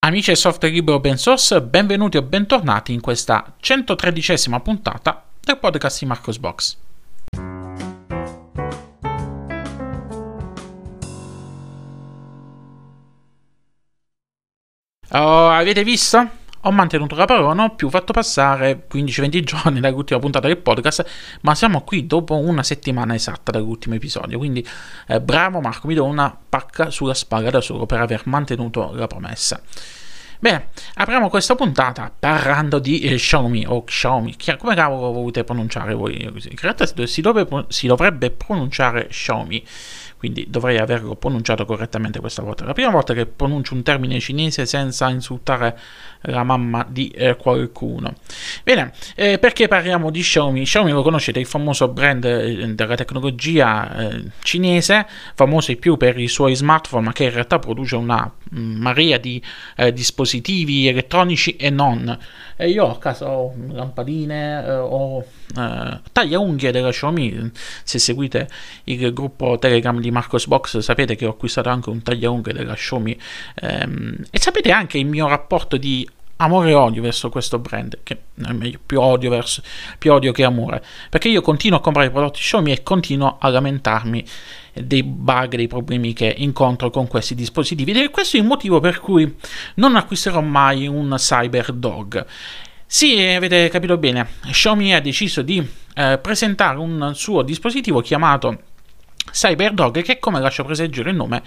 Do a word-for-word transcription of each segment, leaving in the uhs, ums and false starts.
Amici del software libero open source, benvenuti o bentornati in questa centotredicesima puntata del podcast di Marcosbox. Oh, avete visto? Ho mantenuto la parola, non ho più fatto passare quindici venti giorni dall'ultima puntata del podcast, ma siamo qui dopo una settimana esatta dall'ultimo episodio, quindi eh, bravo Marco, mi do una pacca sulla spalla da solo per aver mantenuto la promessa. Bene, apriamo questa puntata parlando di eh, Xiaomi o Xiaomi, come cavolo volete pronunciare voi? In realtà si, dovrebbe, si dovrebbe pronunciare Xiaomi, quindi dovrei averlo pronunciato correttamente questa volta. La prima volta che pronuncio un termine cinese senza insultare la mamma di eh, qualcuno. Bene, eh, perché parliamo di Xiaomi? Xiaomi lo conoscete, il famoso brand eh, della tecnologia eh, cinese, famoso più per i suoi smartphone, ma che in realtà produce una marea di eh, dispositivi elettronici e non. E io a casa ho lampadine, eh, ho eh, tagliaunghie della Xiaomi. Se seguite il gruppo Telegram di Marcosbox sapete che ho acquistato anche un tagliaunghie della Xiaomi, ehm, e sapete anche il mio rapporto di amore e odio verso questo brand, che è meglio più odio verso più odio che amore, perché io continuo a comprare i prodotti Xiaomi e continuo a lamentarmi dei bug, dei problemi che incontro con questi dispositivi, ed è questo il motivo per cui non acquisterò mai un CyberDog. Sì, avete capito bene, Xiaomi ha deciso di eh, presentare un suo dispositivo chiamato CyberDog, che, come lascia presagire il nome,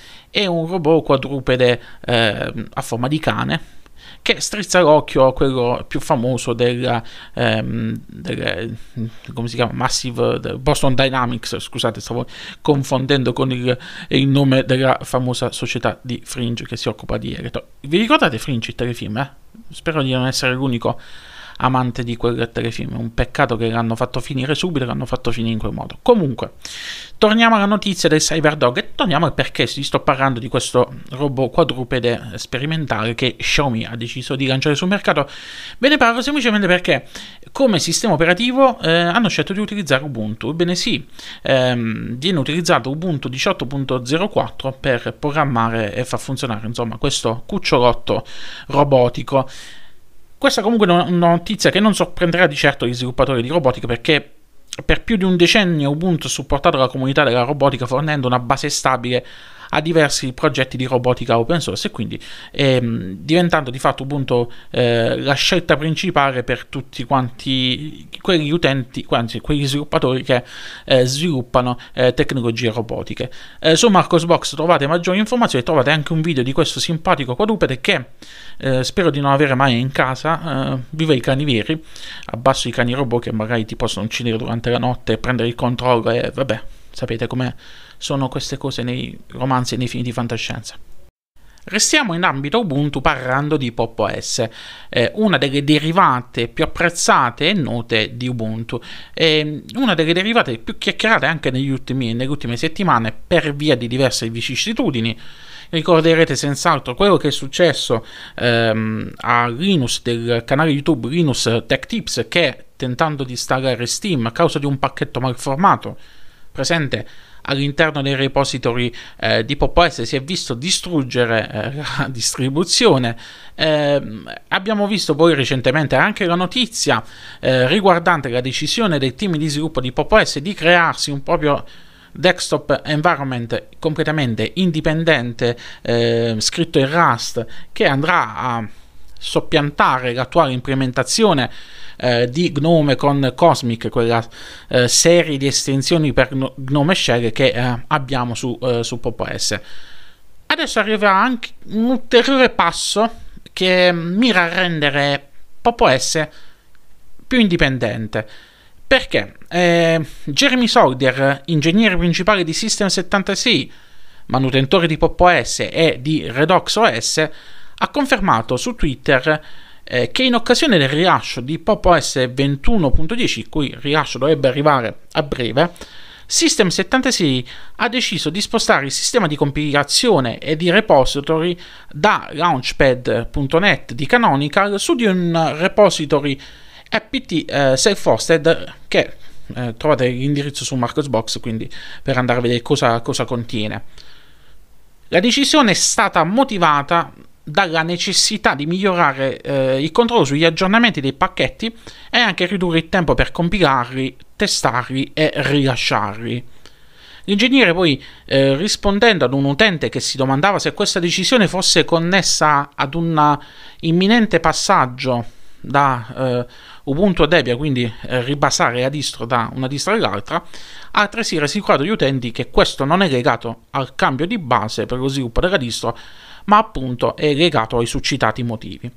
è un robot quadrupede eh, a forma di cane, che strizza l'occhio a quello più famoso del, ehm, del come si chiama? Massive del Boston Dynamics, scusate, stavo confondendo con il, il nome della famosa società di Fringe che si occupa di eletro. Vi ricordate Fringe, il telefilm? Eh? Spero di non essere l'unico amante di quel telefilm, un peccato che l'hanno fatto finire subito, l'hanno fatto finire in quel modo. Comunque, torniamo alla notizia del CyberDog e torniamo al perché vi sto parlando di questo robot quadrupede sperimentale che Xiaomi ha deciso di lanciare sul mercato. Ve ne parlo semplicemente perché come sistema operativo eh, hanno scelto di utilizzare Ubuntu. Ebbene sì, ehm, viene utilizzato Ubuntu diciotto punto zero quattro per programmare e far funzionare insomma questo cucciolotto robotico. Questa comunque è una notizia che non sorprenderà di certo gli sviluppatori di robotica, perché per più di un decennio Ubuntu ha supportato la comunità della robotica fornendo una base stabile a diversi progetti di robotica open source, e quindi ehm, diventando di fatto Ubuntu eh, la scelta principale per tutti quanti quegli utenti, anzi quegli sviluppatori che eh, sviluppano eh, tecnologie robotiche. Eh, su Marcosbox trovate maggiori informazioni, trovate anche un video di questo simpatico quadrupede che eh, spero di non avere mai in casa. Eh, viva i cani veri, abbasso i cani robot che magari ti possono uccidere durante la notte, prendere il controllo e vabbè, sapete come sono queste cose nei romanzi e nei film di fantascienza. Restiamo in ambito Ubuntu parlando di Pop! O S, eh, una delle derivate più apprezzate e note di Ubuntu, eh, una delle derivate più chiacchierate anche negli ultimi, nelle ultime settimane per via di diverse vicissitudini. Ricorderete senz'altro quello che è successo ehm, a Linus del canale YouTube Linus Tech Tips, che tentando di installare Steam a causa di un pacchetto malformato presente all'interno dei repository eh, di Pop! O S si è visto distruggere eh, la distribuzione. Eh, abbiamo visto poi recentemente anche la notizia eh, riguardante la decisione del team di sviluppo di Pop! O S di crearsi un proprio desktop environment completamente indipendente, eh, scritto in Rust, che andrà a soppiantare l'attuale implementazione eh, di Gnome con Cosmic, quella eh, serie di estensioni per Gnome Shell che eh, abbiamo su, eh, su Pop! O S. Adesso arriva anche un ulteriore passo che mira a rendere Pop! O S più indipendente. Perché? Eh, Jeremy Soldier, ingegnere principale di System settantasei, manutentore di Pop! O S e di RedoxOS, ha confermato su Twitter eh, che in occasione del rilascio di Pop! O S ventuno punto dieci, cui il rilascio dovrebbe arrivare a breve, System settantasei ha deciso di spostare il sistema di compilazione e di repository da Launchpad punto net di Canonical su di un repository apt eh, self-hosted che eh, trovate l'indirizzo su Marcosbox, quindi per andare a vedere cosa, cosa contiene. La decisione è stata motivata dalla necessità di migliorare eh, il controllo sugli aggiornamenti dei pacchetti e anche ridurre il tempo per compilarli, testarli e rilasciarli. L'ingegnere poi, eh, rispondendo ad un utente che si domandava se questa decisione fosse connessa ad un imminente passaggio da eh, Ubuntu a Debian, quindi eh, ribasare la distro da una distro all'altra, ha altresì rassicurato gli utenti che questo non è legato al cambio di base per lo sviluppo della distro, ma appunto è legato ai succitati motivi.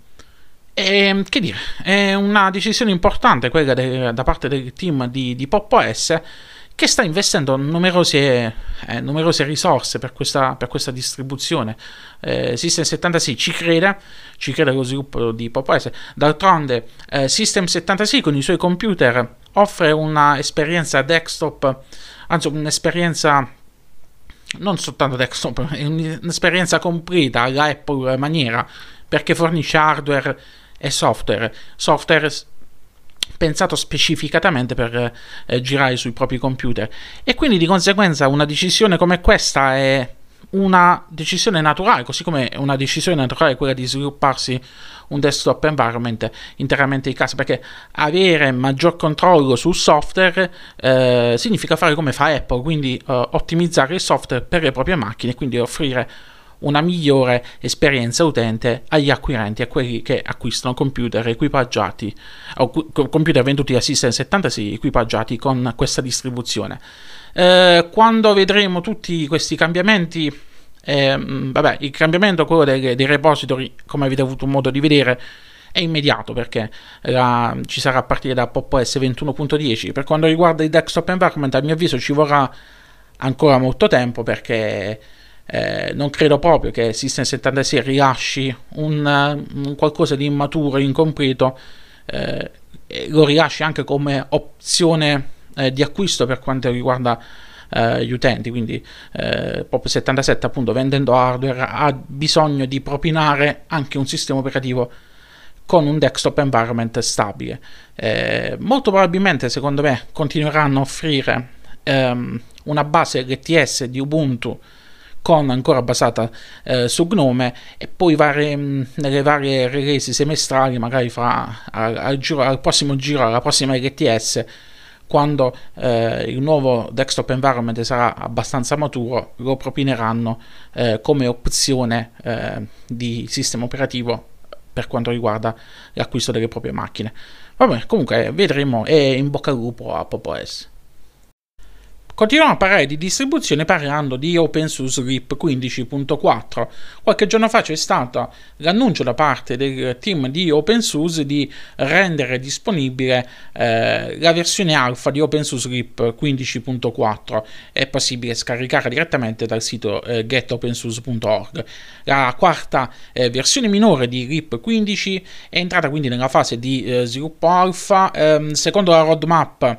E, che dire, è una decisione importante quella de, da parte del team di, di PopOS, che sta investendo numerose, eh, numerose risorse per questa, per questa distribuzione. Eh, System settantasei ci crede, ci crede allo sviluppo di PopOS. D'altronde eh, System settantasei con i suoi computer offre una esperienza desktop, anzi un'esperienza non soltanto desktop, è un'esperienza completa alla Apple maniera, perché fornisce hardware e software, software pensato specificatamente per eh, girare sui propri computer, e quindi di conseguenza una decisione come questa è una decisione naturale, così come è una decisione naturale quella di svilupparsi un desktop environment interamente di casa, perché avere maggior controllo sul software eh, significa fare come fa Apple, quindi eh, ottimizzare il software per le proprie macchine e quindi offrire una migliore esperienza utente agli acquirenti, a quelli che acquistano computer equipaggiati o computer venduti da System settantasei equipaggiati con questa distribuzione. Eh, quando vedremo tutti questi cambiamenti, eh, vabbè, il cambiamento, quello dei, dei repository, come avete avuto modo di vedere, è immediato, perché la, ci sarà a partire da PopOS ventuno punto dieci. Per quanto riguarda il desktop environment, a mio avviso ci vorrà ancora molto tempo, perché Eh, non credo proprio che System settantasei rilasci un, un qualcosa di immaturo, incompleto, eh, lo rilasci anche come opzione eh, di acquisto per quanto riguarda eh, gli utenti, quindi eh, Pop settantasette, appunto, vendendo hardware, ha bisogno di propinare anche un sistema operativo con un desktop environment stabile. Eh, molto probabilmente, secondo me, continueranno a offrire ehm, una base L T S di Ubuntu con ancora basata eh, su Gnome, e poi varie, mh, nelle varie release semestrali, magari fra al, al, giro, al prossimo giro, alla prossima L T S, quando eh, il nuovo desktop environment sarà abbastanza maturo, lo propineranno eh, come opzione eh, di sistema operativo per quanto riguarda l'acquisto delle proprie macchine. Vabbè, comunque vedremo, e in bocca al lupo a PopOS. Continuiamo a parlare di distribuzione parlando di OpenSUSE R I P quindici punto quattro. Qualche giorno fa c'è stato l'annuncio da parte del team di OpenSUSE di rendere disponibile eh, la versione alfa di OpenSUSE R I P quindici punto quattro. È possibile scaricare direttamente dal sito eh, get open suse punto org. La quarta eh, versione minore di R I P quindici è entrata quindi nella fase di eh, sviluppo alfa. Ehm, secondo la roadmap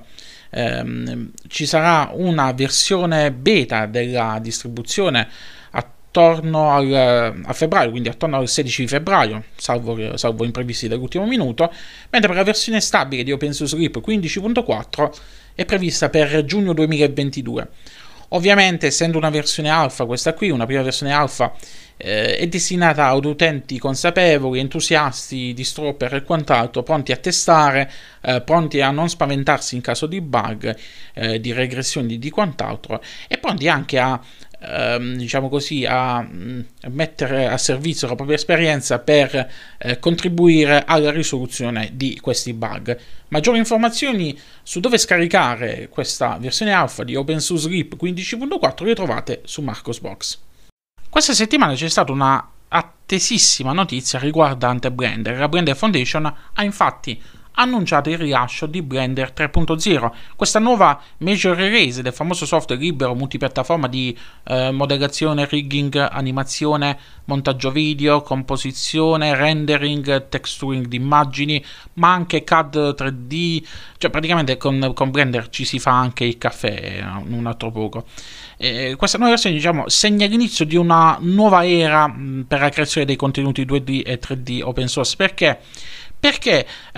Um, ci sarà una versione beta della distribuzione attorno al, a febbraio, quindi attorno al sedici di febbraio, salvo, salvo imprevisti dell'ultimo minuto, mentre per la versione stabile di OpenSUSE R I P quindici punto quattro è prevista per giugno duemilaventidue. Ovviamente, essendo una versione alfa, questa qui, una prima versione alfa, eh, è destinata ad utenti consapevoli, entusiasti di stropper e quant'altro, pronti a testare, eh, pronti a non spaventarsi in caso di bug, eh, di regressioni, di quant'altro, e pronti anche a ehm, diciamo così a mh, mettere a servizio la propria esperienza per eh, contribuire alla risoluzione di questi bug. Maggiori informazioni su dove scaricare questa versione alfa di OpenSUSE R I P quindici punto quattro le trovate su Marcosbox. Questa settimana c'è stata una attesissima notizia riguardante Blender. La Blender Foundation ha infatti annunciato il rilascio di Blender tre punto zero, questa nuova major release del famoso software libero multipiattaforma di eh, modellazione, rigging, animazione, montaggio video, composizione, rendering, texturing di immagini, ma anche C A D tre D, cioè praticamente con, con Blender ci si fa anche il caffè, un altro poco. Eh, questa nuova versione, diciamo, segna l'inizio di una nuova era mh, per la creazione dei contenuti due D e tre D open source. Perché? Perché eh,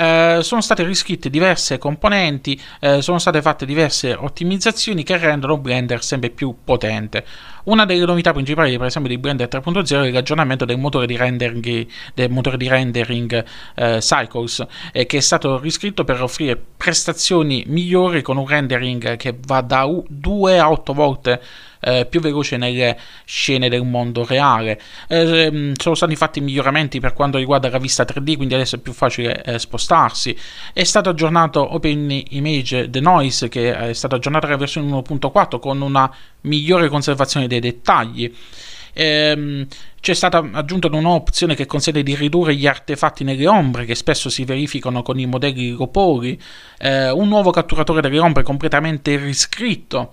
sono state riscritte diverse componenti, eh, sono state fatte diverse ottimizzazioni che rendono Blender sempre più potente. Una delle novità principali, per esempio, di Blender tre punto zero è il ragionamento del motore di rendering, del motore di rendering eh, Cycles, eh, che è stato riscritto per offrire prestazioni migliori con un rendering che va da due a otto volte eh, più veloce nelle scene del mondo reale. Eh, sono stati fatti miglioramenti per quanto riguarda la vista tre D, quindi adesso è più facile eh, spostarsi. È stato aggiornato OpenImage Denoise, che è stato aggiornato alla versione uno punto quattro con una migliore conservazione dei dettagli. Ehm, c'è stata aggiunta una nuova opzione che consente di ridurre gli artefatti nelle ombre che spesso si verificano con i modelli lopori, eh, un nuovo catturatore delle ombre completamente riscritto,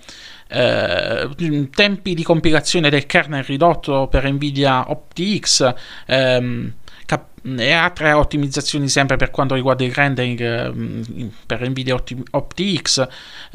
eh, tempi di compilazione del kernel ridotto per Nvidia OptiX, ehm, e altre ottimizzazioni sempre per quanto riguarda il rendering eh, per Nvidia OptiX,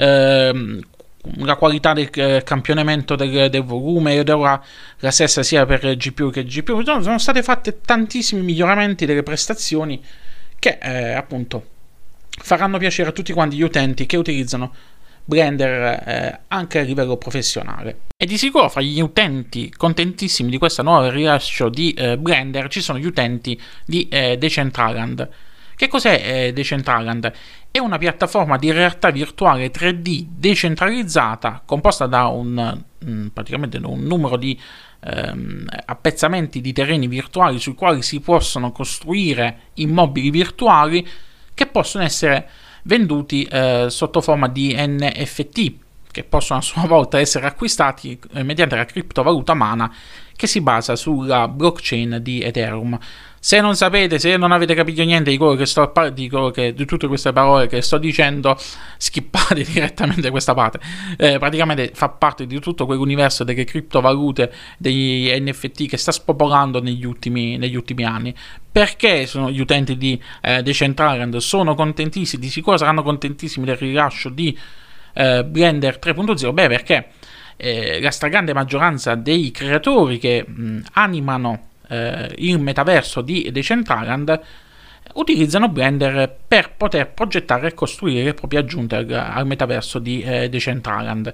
eh, la qualità del eh, campionamento del, del volume ed ora la stessa sia per G P U che G P U. Sono, sono state fatte tantissimi miglioramenti delle prestazioni che eh, appunto faranno piacere a tutti quanti gli utenti che utilizzano Blender eh, anche a livello professionale. E di sicuro fra gli utenti contentissimi di questa nuova rilascio di eh, Blender ci sono gli utenti di eh, Decentraland. Che cos'è eh, Decentraland? È una piattaforma di realtà virtuale tre D decentralizzata composta da un, mh, praticamente un numero di ehm, appezzamenti di terreni virtuali sui quali si possono costruire immobili virtuali che possono essere venduti eh, sotto forma di N F T, che possono a sua volta essere acquistati eh, mediante la criptovaluta Mana, che si basa sulla blockchain di Ethereum. Se non sapete, se non avete capito niente di quello che sto di, quello che, di tutte queste parole che sto dicendo, skippate direttamente questa parte. Eh, praticamente fa parte di tutto quell'universo delle criptovalute, degli N F T che sta spopolando negli ultimi, negli ultimi anni. Perché sono gli utenti di eh, Decentraland sono contentissimi, di sicuro saranno contentissimi del rilascio di eh, Blender tre punto zero? Beh, perché eh, la stragrande maggioranza dei creatori che mh, animano eh, il metaverso di Decentraland utilizzano Blender per poter progettare e costruire le proprie aggiunte al, al metaverso di eh, Decentraland.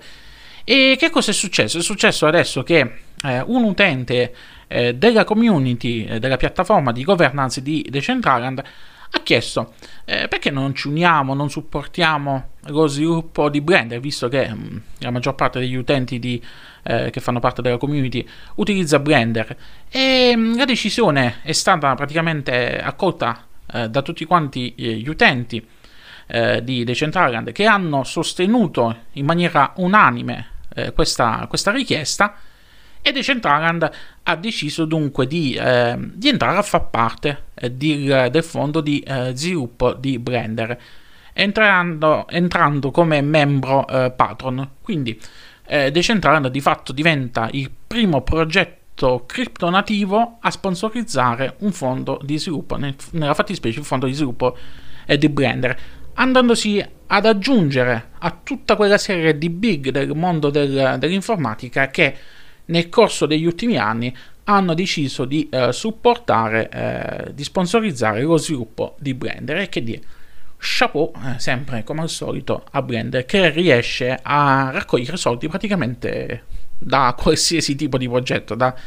E che cosa è successo? È successo adesso che eh, un utente eh, della community, eh, della piattaforma di governance di Decentraland ha chiesto eh, perché non ci uniamo, non supportiamo lo sviluppo di Blender, visto che mh, la maggior parte degli utenti di, eh, che fanno parte della community utilizza Blender. E mh, la decisione è stata praticamente accolta eh, da tutti quanti eh, gli utenti eh, di Decentraland, che hanno sostenuto in maniera unanime eh, questa, questa richiesta. E Decentraland ha deciso dunque di, eh, di entrare a far parte eh, di, del fondo di eh, sviluppo di Blender, entrando, entrando come membro eh, patron. Quindi eh, Decentraland di fatto diventa il primo progetto criptonativo a sponsorizzare un fondo di sviluppo, nel, nella fattispecie il fondo di sviluppo eh, di Blender, andandosi ad aggiungere a tutta quella serie di big del mondo del, dell'informatica che nel corso degli ultimi anni hanno deciso di eh, supportare, eh, di sponsorizzare lo sviluppo di Blender. E che dire, chapeau, eh, sempre come al solito, a Blender, che riesce a raccogliere soldi praticamente da qualsiasi tipo di progetto, da,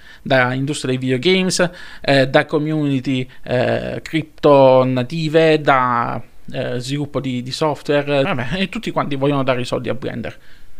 da industria dei videogames, eh, da community eh, cripto native, da eh, sviluppo di, di software, vabbè, e tutti quanti vogliono dare i soldi a Blender.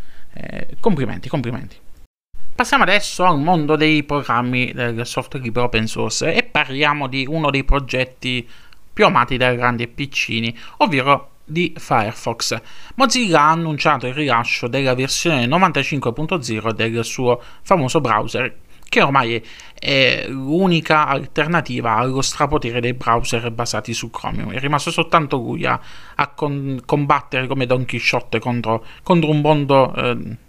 Eh, complimenti, complimenti. Passiamo adesso al mondo dei programmi del software libero open source e parliamo di uno dei progetti più amati dai grandi e piccini, ovvero di Firefox. Mozilla ha annunciato il rilascio della versione novantacinque punto zero del suo famoso browser, che ormai è l'unica alternativa allo strapotere dei browser basati su Chromium. È rimasto soltanto lui a, a con, combattere come Don Chisciotte contro, contro un mondo eh,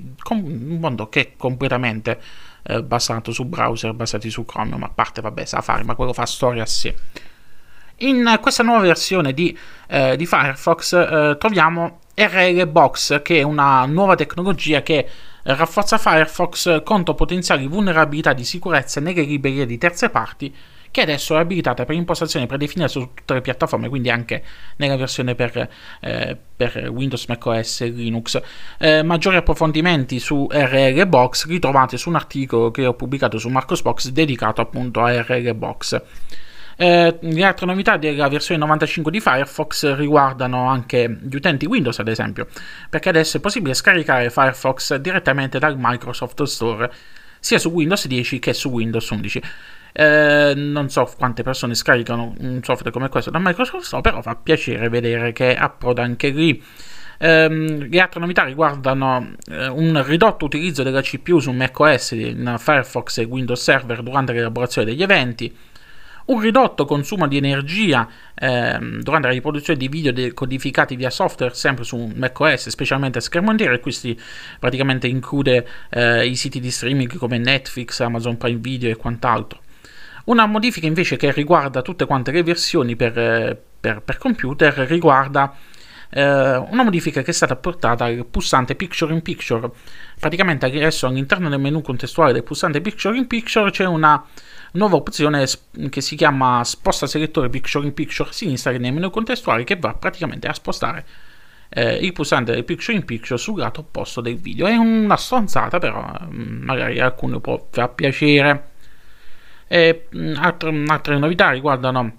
un mondo che è completamente eh, basato su browser basati su Chromium, a parte vabbè Safari, ma quello fa storia a sé. In questa nuova versione di, eh, di Firefox eh, troviamo R L Box, che è una nuova tecnologia che rafforza Firefox contro potenziali vulnerabilità di sicurezza nelle librerie di terze parti che adesso è abilitata per impostazioni predefinite su tutte le piattaforme, quindi anche nella versione per, eh, per Windows, macOS e Linux. Eh, maggiori approfondimenti su R L Box li trovate su un articolo che ho pubblicato su Marcosbox dedicato appunto a R L Box. Eh, le altre novità della versione novantacinque di Firefox riguardano anche gli utenti Windows, ad esempio, perché adesso è possibile scaricare Firefox direttamente dal Microsoft Store, sia su Windows dieci che su Windows undici. Eh, non so quante persone scaricano un software come questo da Microsoft Store, però fa piacere vedere che approda anche lì. Eh, le altre novità riguardano eh, un ridotto utilizzo della C P U su macOS in Firefox e Windows Server durante l'elaborazione degli eventi, un ridotto consumo di energia ehm, durante la riproduzione di video decodificati via software sempre su macOS, specialmente a schermo intero, e questo praticamente include eh, i siti di streaming come Netflix, Amazon Prime Video e quant'altro. Una modifica invece che riguarda tutte quante le versioni per, per, per computer riguarda eh, una modifica che è stata apportata al pulsante Picture in Picture. Praticamente adesso all'interno del menu contestuale del pulsante Picture in Picture c'è una nuova opzione che si chiama sposta selettore Picture in Picture a sinistra nel menu contestuale, che va praticamente a spostare eh, il pulsante del Picture in Picture sul lato opposto del video. È una stronzata, però magari a alcuni può far piacere. E, altre, altre novità riguardano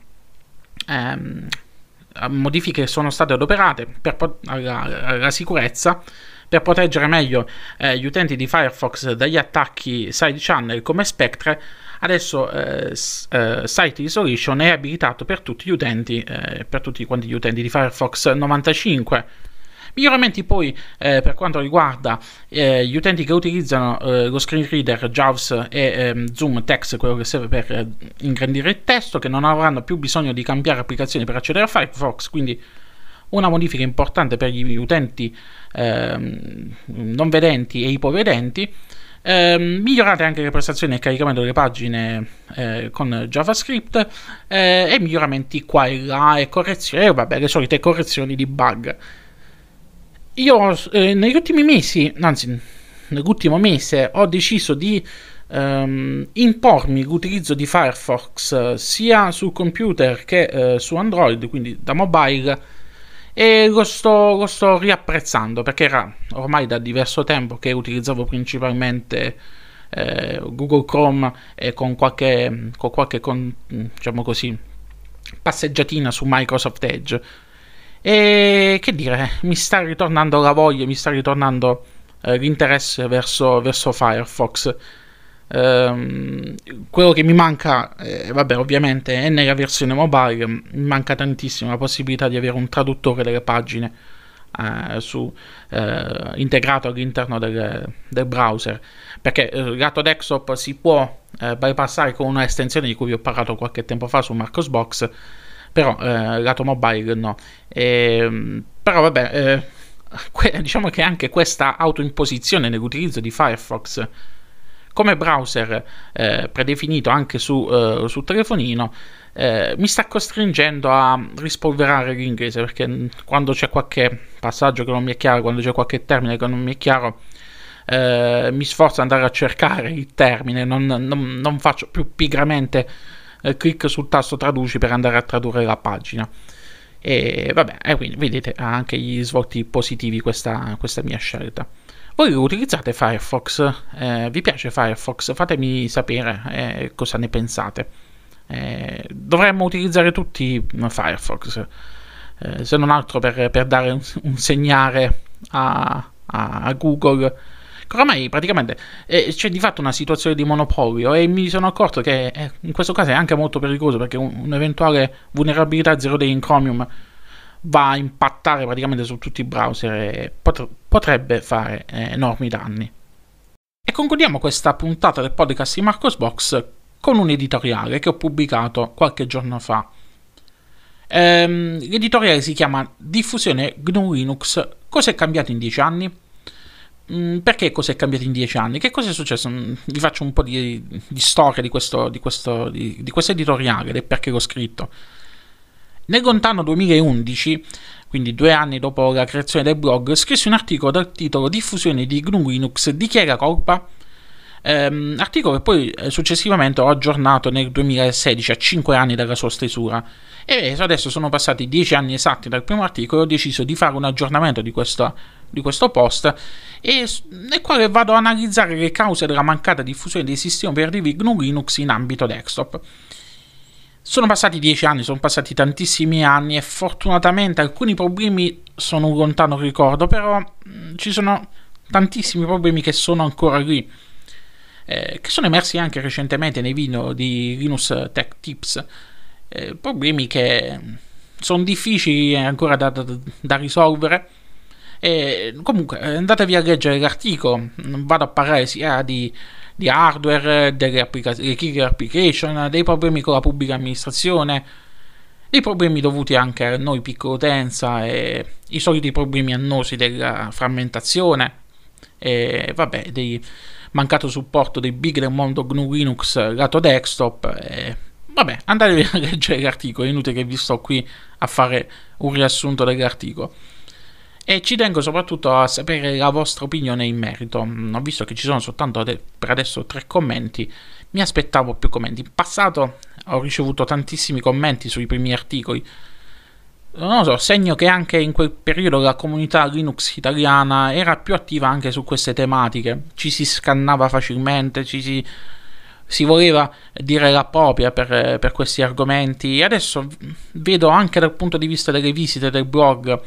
ehm, modifiche che sono state adoperate per alla, alla sicurezza, per proteggere meglio eh, gli utenti di Firefox dagli attacchi side channel come Spectre. Adesso eh, eh, Site Isolation è abilitato per tutti gli utenti, eh, per tutti quanti gli utenti di Firefox novantacinque. Miglioramenti poi eh, per quanto riguarda eh, gli utenti che utilizzano eh, lo screen reader JAWS e eh, Zoom Text, quello che serve per eh, ingrandire il testo, che non avranno più bisogno di cambiare applicazioni per accedere a Firefox, quindi una modifica importante per gli utenti eh, non vedenti e ipovedenti. Eh, migliorate anche le prestazioni e il caricamento delle pagine eh, con JavaScript eh, e miglioramenti qua e là e correzioni, e vabbè, le solite correzioni di bug. Io eh, negli ultimi mesi, anzi nell'ultimo mese, ho deciso di ehm, impormi l'utilizzo di Firefox eh, sia sul computer che eh, su Android, quindi da mobile, e lo sto, lo sto riapprezzando, perché era ormai da diverso tempo che utilizzavo principalmente eh, Google Chrome e con qualche, con qualche con, diciamo così, passeggiatina su Microsoft Edge. E che dire, mi sta ritornando la voglia, mi sta ritornando eh, l'interesse verso, verso Firefox. Um, quello che mi manca, eh, vabbè, ovviamente è nella versione mobile, mi manca tantissimo la possibilità di avere un traduttore delle pagine eh, su, eh, integrato all'interno del, del browser, perché il eh, lato desktop si può eh, bypassare con una estensione di cui vi ho parlato qualche tempo fa su Marcosbox, però eh, lato mobile no. E, però vabbè, eh, que- diciamo che anche questa autoimposizione nell'utilizzo di Firefox come browser eh, predefinito anche su, uh, su telefonino eh, mi sta costringendo a rispolverare l'inglese, perché quando c'è qualche passaggio che non mi è chiaro, quando c'è qualche termine che non mi è chiaro, eh, mi sforzo ad andare a cercare il termine, non, non, non faccio più pigramente eh, clic sul tasto traduci per andare a tradurre la pagina. E vabbè, eh, quindi vedete, ha anche gli svolti positivi questa, questa mia scelta. Voi utilizzate Firefox? Eh, vi piace Firefox? Fatemi sapere eh, cosa ne pensate. Eh, dovremmo utilizzare tutti Firefox, eh, se non altro per, per dare un, un segnale a, a, a Google. Oramai praticamente eh, c'è di fatto una situazione di monopolio, e mi sono accorto che eh, in questo caso è anche molto pericoloso, perché un, un'eventuale vulnerabilità zero day in Chromium va a impattare praticamente su tutti i browser e pot- potrebbe fare eh, enormi danni. E concludiamo questa puntata del podcast di Marcosbox con un editoriale che ho pubblicato qualche giorno fa. Ehm, l'editoriale si chiama Diffusione G N U Linux. Cos'è cambiato in dieci anni? Mm, perché cos'è cambiato in dieci anni? Che cosa è successo? Mm, vi faccio un po' di, di storia di questo, di questo, di, di questo editoriale e perché l'ho scritto. Nel lontano duemilaundici, quindi due anni dopo la creazione del blog, scrissi un articolo dal titolo Diffusione di G N U Linux, di chi è la colpa? Ehm, articolo che poi eh, successivamente ho aggiornato nel duemilasedici, a cinque anni dalla sua stesura. E adesso sono passati dieci anni esatti dal primo articolo e ho deciso di fare un aggiornamento di questo, di questo post, e nel quale vado a analizzare le cause della mancata diffusione dei sistemi operativi G N U Linux in ambito desktop. Sono passati dieci anni, sono passati tantissimi anni e fortunatamente alcuni problemi sono un lontano ricordo, però mh, ci sono tantissimi problemi che sono ancora lì, eh, che sono emersi anche recentemente nei video di Linux Tech Tips, eh, problemi che sono difficili ancora da, da, da risolvere. E comunque andatevi a leggere l'articolo, vado a parlare sia di di hardware, delle applicazioni, killer application, dei problemi con la pubblica amministrazione, dei problemi dovuti anche a noi piccola utenza e i soliti problemi annosi della frammentazione e vabbè, del mancato supporto dei big del mondo G N U Linux lato desktop. E vabbè, andatevi a leggere l'articolo, è inutile che vi sto qui a fare un riassunto dell'articolo. E ci tengo soprattutto a sapere la vostra opinione in merito. Ho visto che ci sono soltanto per adesso tre commenti, mi aspettavo più commenti. In passato ho ricevuto tantissimi commenti sui primi articoli, non lo so, segno che anche in quel periodo la comunità Linux italiana era più attiva anche su queste tematiche, ci si scannava facilmente, ci si, si voleva dire la propria per, per questi argomenti. E adesso vedo anche dal punto di vista delle visite del blog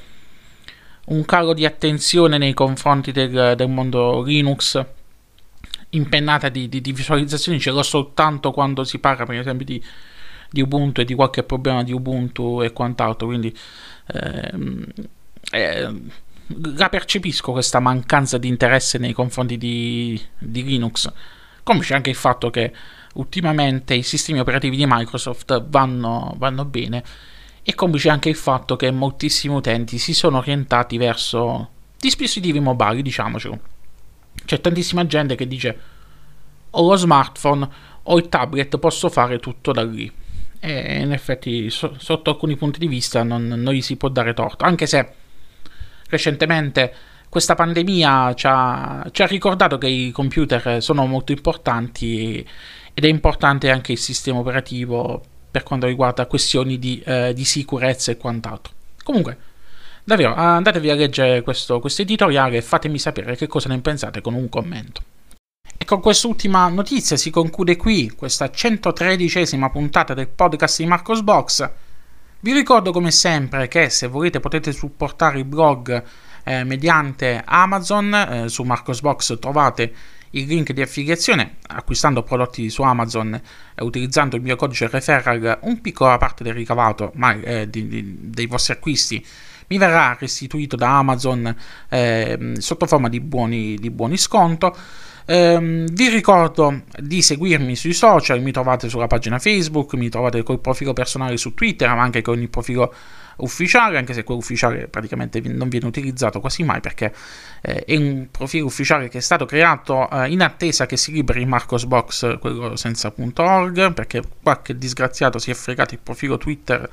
un calo di attenzione nei confronti del, del mondo Linux. Impennata di, di, di visualizzazioni ce l'ho soltanto quando si parla per esempio di, di Ubuntu e di qualche problema di Ubuntu e quant'altro, quindi ehm, eh, la percepisco questa mancanza di interesse nei confronti di, di Linux. Come c'è anche il fatto che ultimamente i sistemi operativi di Microsoft vanno, vanno bene, e complice anche il fatto che moltissimi utenti si sono orientati verso dispositivi mobili, diciamocelo. C'è tantissima gente che dice ho lo smartphone o il tablet, posso fare tutto da lì, e in effetti so, sotto alcuni punti di vista non, non gli si può dare torto, anche se recentemente questa pandemia ci ha, ci ha ricordato che i computer sono molto importanti ed è importante anche il sistema operativo per quanto riguarda questioni di, eh, di sicurezza e quant'altro. Comunque, davvero, andatevi a leggere questo, questo editoriale e fatemi sapere che cosa ne pensate con un commento. E con quest'ultima notizia si conclude qui questa centotredicesima puntata del podcast di Marcosbox. Vi ricordo come sempre che se volete potete supportare il blog eh, mediante Amazon. Eh, su Marcosbox trovate il link di affiliazione. Acquistando prodotti su Amazon e eh, utilizzando il mio codice referral, un piccola parte del ricavato ma, eh, di, di, dei vostri acquisti mi verrà restituito da Amazon eh, sotto forma di buoni, di buoni sconto. Eh, vi ricordo di seguirmi sui social, mi trovate sulla pagina Facebook, mi trovate col profilo personale su Twitter, ma anche con il profilo ufficiale, anche se quello ufficiale praticamente non viene utilizzato quasi mai perché eh, è un profilo ufficiale che è stato creato eh, in attesa che si liberi Marcosbox, quello senza punto org, perché qualche disgraziato si è fregato il profilo Twitter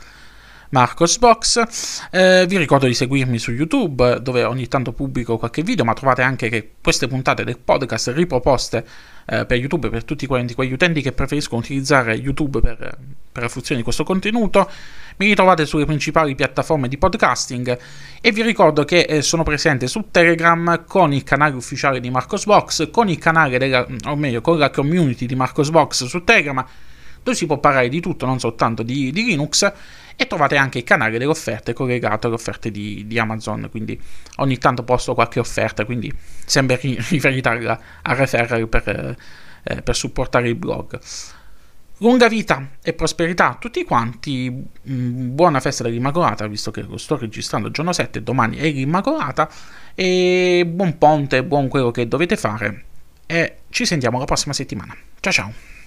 Marcosbox. Eh, vi ricordo di seguirmi su YouTube, dove ogni tanto pubblico qualche video, ma trovate anche che queste puntate del podcast riproposte eh, per YouTube per tutti quanti quegli utenti che preferiscono utilizzare YouTube per, per la fruizione di questo contenuto. Mi ritrovate sulle principali piattaforme di podcasting e vi ricordo che eh, sono presente su Telegram con il canale ufficiale di Marcosbox, con il canale della, o meglio con la community di Marcosbox su Telegram, dove si può parlare di tutto, non soltanto di, di Linux, e trovate anche il canale delle offerte collegato alle offerte di, di Amazon, quindi ogni tanto posto qualche offerta, quindi sempre riferita al, al referral per, eh, per supportare il blog. Lunga vita e prosperità a tutti quanti, buona festa dell'Immacolata, visto che lo sto registrando il giorno sette, domani è l'Immacolata, e buon ponte, buon quello che dovete fare, e ci sentiamo la prossima settimana. Ciao ciao!